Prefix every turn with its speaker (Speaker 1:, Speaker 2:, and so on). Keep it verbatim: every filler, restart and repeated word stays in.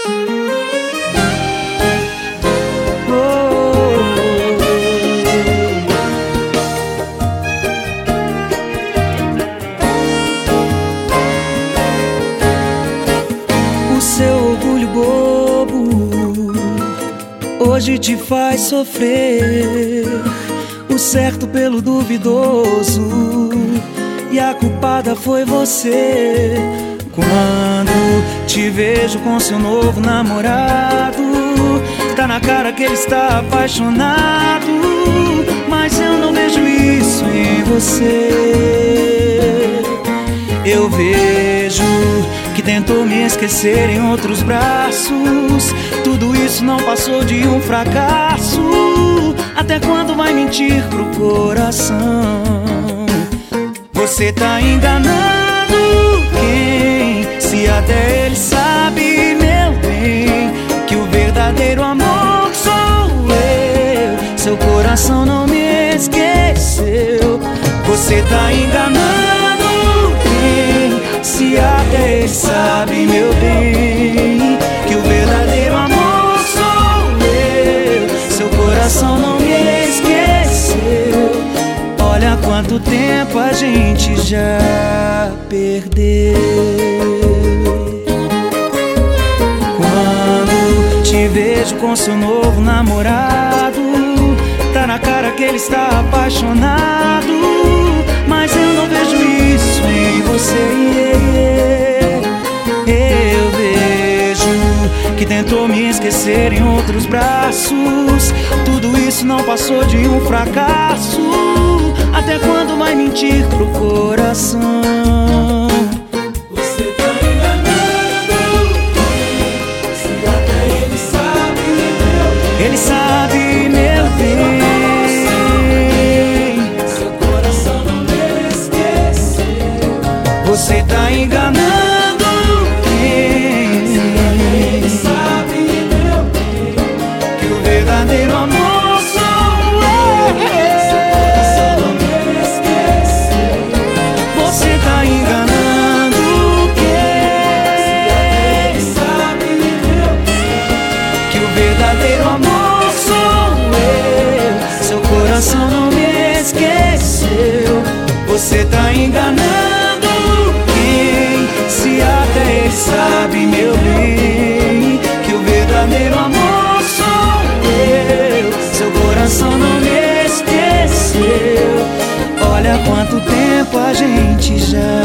Speaker 1: O seu orgulho bobo hoje te faz sofrer, o certo pelo duvidoso, e a culpada foi você. Quando te vejo com seu novo namorado, tá na cara que ele está apaixonado, mas eu não vejo isso em você. Eu vejo que tentou me esquecer em outros braços. Tudo isso não passou de um fracasso. Até quando vai mentir pro coração? Você tá enganando quem? Se até ele sabe, meu bem, que o verdadeiro amor sou eu. Seu coração não me esqueceu. Você tá enganando quem? Se até ele sabe, meu bem, que o verdadeiro amor sou eu. Seu coração não me esqueceu. Olha quanto tempo a gente já perdeu. Quando te vejo com seu novo namorado, tá na cara que ele está apaixonado, mas eu não vejo isso em você. Eu vejo que tentou me esquecer em outros braços. Tudo isso não passou de um fracasso. Até quando vai mentir pro coração?
Speaker 2: Você tá enganando, se até ele sabe, meu bem.
Speaker 1: Ele sabe, meu bem.
Speaker 2: Seu coração não me esqueceu.
Speaker 1: Você tá enganando quem?
Speaker 2: Ele sabe, meu bem,
Speaker 1: Que o verdadeiro amor não me esqueceu. Você tá enganando quem? Se até ele sabe, meu bem, que o verdadeiro amor sou eu. Seu coração não me esqueceu. Olha quanto tempo a gente já